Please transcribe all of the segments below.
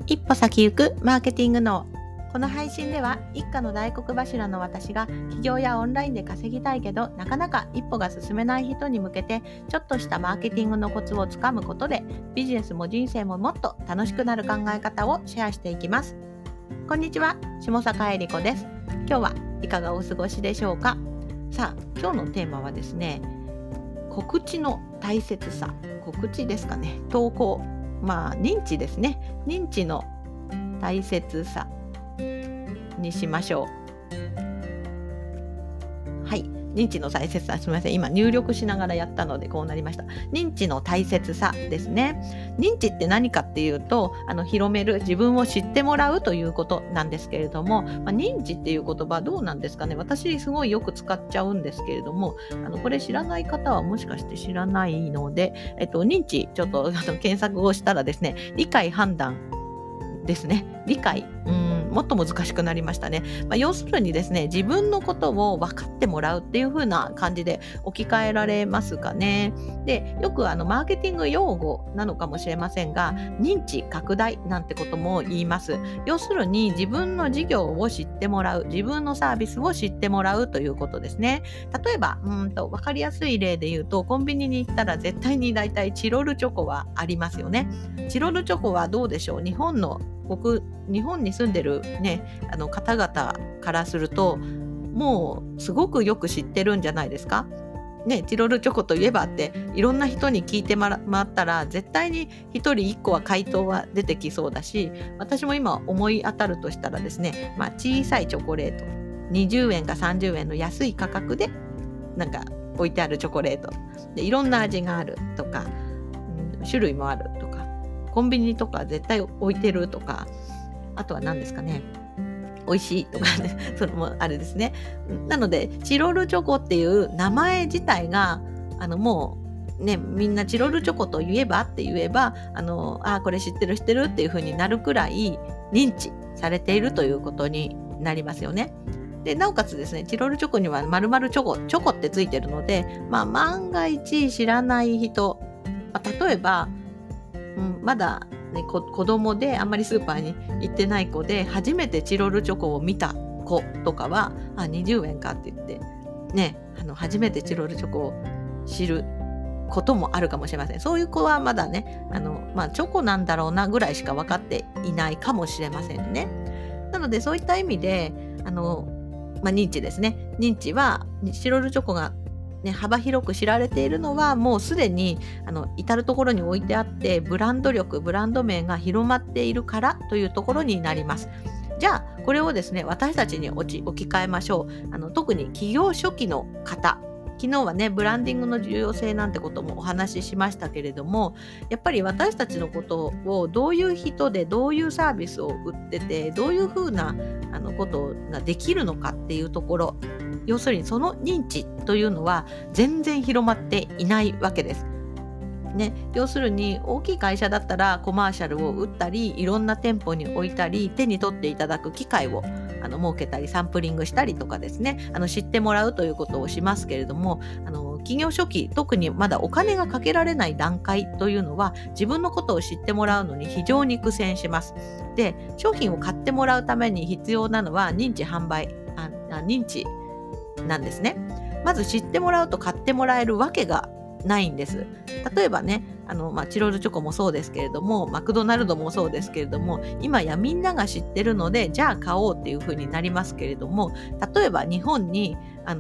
一歩先行くマーケティング脳。この配信では一家の大黒柱の私が起業やオンラインで稼ぎたいけどなかなか一歩が進めない人に向けてちょっとしたマーケティングのコツをつかむことでビジネスも人生ももっと楽しくなる考え方をシェアしていきます。こんにちは、下坂恵理子です。今日はいかがお過ごしでしょうか。さあ、今日のテーマはですね、告知の大切さ。告知ですかね。投稿。認知ですね。認知の大切さにしましょう。はい。認知の大切さ、すみません。今入力しながらやったのでこうなりました。認知の大切さですね。認知って何かっていうと、広める、自分を知ってもらうということなんですけれども、認知っていう言葉どうなんですかね。私すごいよく使っちゃうんですけれども、これ知らない方はもしかして知らないので、認知ちょっと検索をしたらですね、理解判断ですね。理解。もっと難しくなりましたね。要するにですね、自分のことを分かってもらうっていう風な感じで置き換えられますかね。で、よくマーケティング用語なのかもしれませんが、認知拡大なんてことも言います。要するに自分の事業を知ってもらう、自分のサービスを知ってもらうということですね。例えば、分かりやすい例で言うと、コンビニに行ったら絶対に大体チロルチョコはありますよね。チロルチョコはどうでしょう。日本に住んでるね、方々からすると、もうすごくよく知ってるんじゃないですか。ね、チロルチョコといえばっていろんな人に聞いて回ったら絶対に1人1個は回答は出てきそうだし、私も今思い当たるとしたらですね、小さいチョコレート20円か30円の安い価格でなんか置いてあるチョコレートで、いろんな味があるとか、種類もあるとか、コンビニとか絶対置いてるとか、あとは何ですかね、美味しいとかね、それもあれですね。なのでチロルチョコっていう名前自体がもうね、みんなチロルチョコと言えばこれ知ってるっていう風になるくらい認知されているということになりますよね。で、なおかつですね、チロルチョコには〇〇チョコってついてるので、万が一知らない人、例えばまだ、ね、子供であんまりスーパーに行ってない子で初めてチロルチョコを見た子とかは20円かって言ってね、初めてチロルチョコを知ることもあるかもしれません。そういう子はまだね、チョコなんだろうなぐらいしか分かっていないかもしれませんね。なのでそういった意味で認知ですね。認知はチロルチョコが幅広く知られているのはもうすでに至るところに置いてあって、ブランド名が広まっているからというところになります。じゃあこれをですね、私たちに置き換えましょう。特に企業初期の方、昨日はね、ブランディングの重要性なんてこともお話ししましたけれども、やっぱり私たちのことをどういう人でどういうサービスを売ってて、どういうふうなことができるのかっていうところ、要するにその認知というのは全然広まっていないわけです。ね、要するに大きい会社だったらコマーシャルを打ったり、いろんな店舗に置いたり、手に取っていただく機会を設けたり、サンプリングしたりとかですね、知ってもらうということをしますけれども、企業初期、特にまだお金がかけられない段階というのは自分のことを知ってもらうのに非常に苦戦します。で、商品を買ってもらうために必要なのは認知なんですね。まず知ってもらうと買ってもらえるわけがないんです。例えばね、チロルチョコもそうですけれども、マクドナルドもそうですけれども、今やみんなが知ってるので、じゃあ買おうっていう風になりますけれども、例えば日本に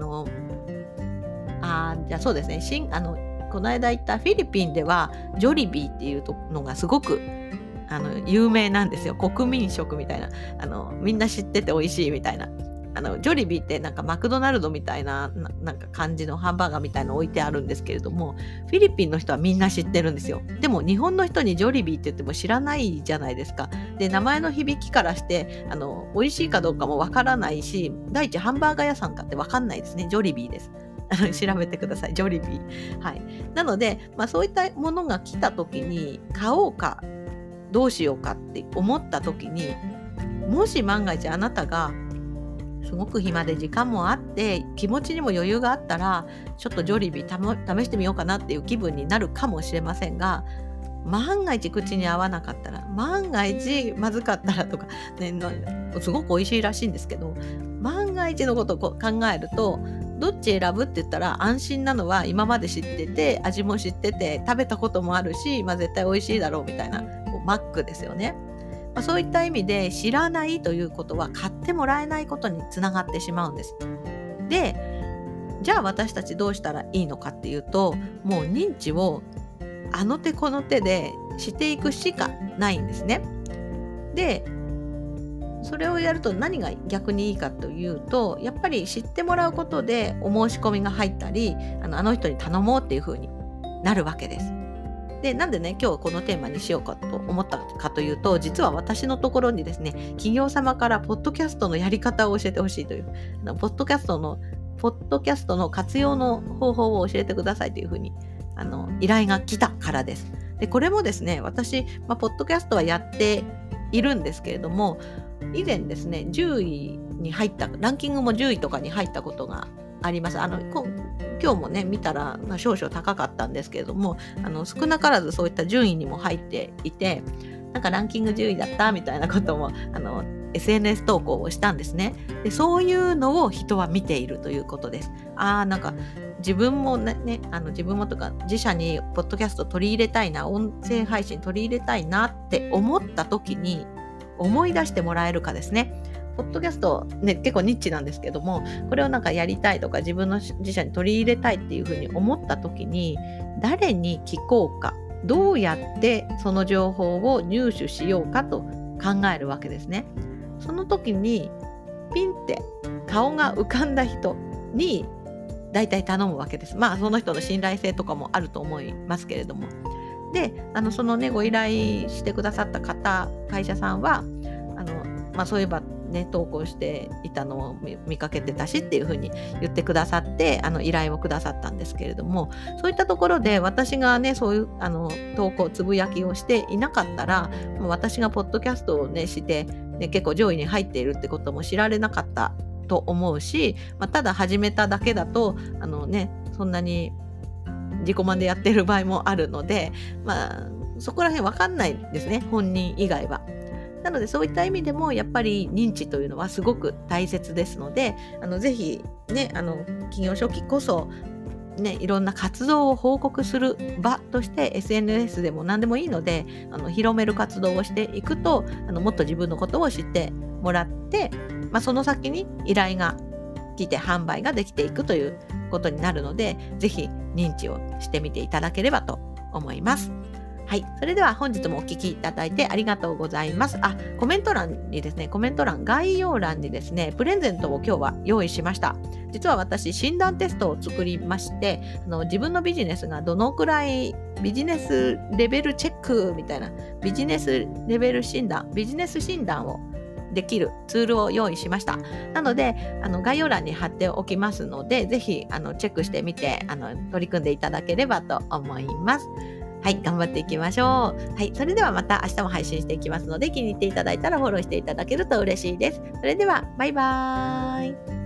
じゃあそうですね、この間行ったフィリピンではジョリビーっていうのがすごく有名なんですよ。国民食みたいな、みんな知ってて美味しいみたいな。ジョリビーってなんかマクドナルドみたいな、なんか感じのハンバーガーみたいなの置いてあるんですけれども、フィリピンの人はみんな知ってるんですよ。でも日本の人にジョリビーって言っても知らないじゃないですか。で、名前の響きからして美味しいかどうかもわからないし、第一ハンバーガー屋さんかってわかんないですね。ジョリビーです。調べてください。ジョリビー。はい。なので、そういったものが来た時に買おうかどうしようかって思った時に、もし万が一あなたがすごく暇で時間もあって気持ちにも余裕があったら、ちょっとジョリビー試してみようかなっていう気分になるかもしれませんが、 万が一口に合わなかったら、万が一まずかったらとか、ね、すごく美味しいらしいんですけど、万が一のことを考えると、どっち選ぶって言ったら、安心なのは今まで知ってて、味も知ってて、食べたこともあるし、絶対美味しいだろうみたいな、マックですよね。そういった意味で、知らないということは買ってもらえないことにつながってしまうんです。で、じゃあ私たちどうしたらいいのかっていうと、もう認知をあの手この手でしていくしかないんですね。で、それをやると何が逆にいいかというと、やっぱり知ってもらうことでお申し込みが入ったり、あの人に頼もうっていう風になるわけです。で、なんでね、今日このテーマにしようかと思ったかというと、実は私のところにですね、企業様からポッドキャストのやり方を教えてほしいという、ポッドキャストの活用の方法を教えてくださいというふうに依頼が来たからです。で、これもですね、私、ポッドキャストはやっているんですけれども、以前ですね、10位に入った、ランキングも10位とかに入ったことがあります。今日もね、見たら、少々高かったんですけれども、少なからずそういった順位にも入っていて、なんかランキング10位だったみたいなことも、SNS 投稿をしたんですね。で、そういうのを人は見ているということです。なんか自分もね、自分もとか自社にポッドキャスト取り入れたいな、音声配信取り入れたいなって思った時に思い出してもらえるかですね。ポッドキャストね、結構ニッチなんですけども、これをなんかやりたいとか自分の自社に取り入れたいっていうふうに思った時に、誰に聞こうか、どうやってその情報を入手しようかと考えるわけですね。その時にピンって顔が浮かんだ人に大体頼むわけです。その人の信頼性とかもあると思いますけれども。で、そのね、ご依頼してくださった会社さんは、そういえばね、投稿していたのを見かけてたしっていうふうに言ってくださって、依頼をくださったんですけれども、そういったところで私がね、そういう投稿、つぶやきをしていなかったら、私がポッドキャストをね、して、ね、結構上位に入っているってことも知られなかったと思うし、ただ始めただけだと、そんなに自己満でやってる場合もあるので、そこら辺わかんないですね、本人以外は。なのでそういった意味でもやっぱり認知というのはすごく大切ですので、ぜひね、企業初期こそね、いろんな活動を報告する場として SNS でも何でもいいので、広める活動をしていくと、もっと自分のことを知ってもらって、その先に依頼が来て販売ができていくということになるので、ぜひ認知をしてみていただければと思います。はい。それでは本日もお聞きいただいてありがとうございます。コメント欄、概要欄にですね、プレゼントを今日は用意しました。実は私、診断テストを作りまして、自分のビジネスがどのくらいビジネスレベルチェックみたいな、ビジネスレベル診断、ビジネス診断をできるツールを用意しました。なので、概要欄に貼っておきますので、ぜひチェックしてみて取り組んでいただければと思います。はい、頑張っていきましょう。はい、それではまた明日も配信していきますので、気に入っていただいたらフォローしていただけると嬉しいです。それでは、バイバーイ。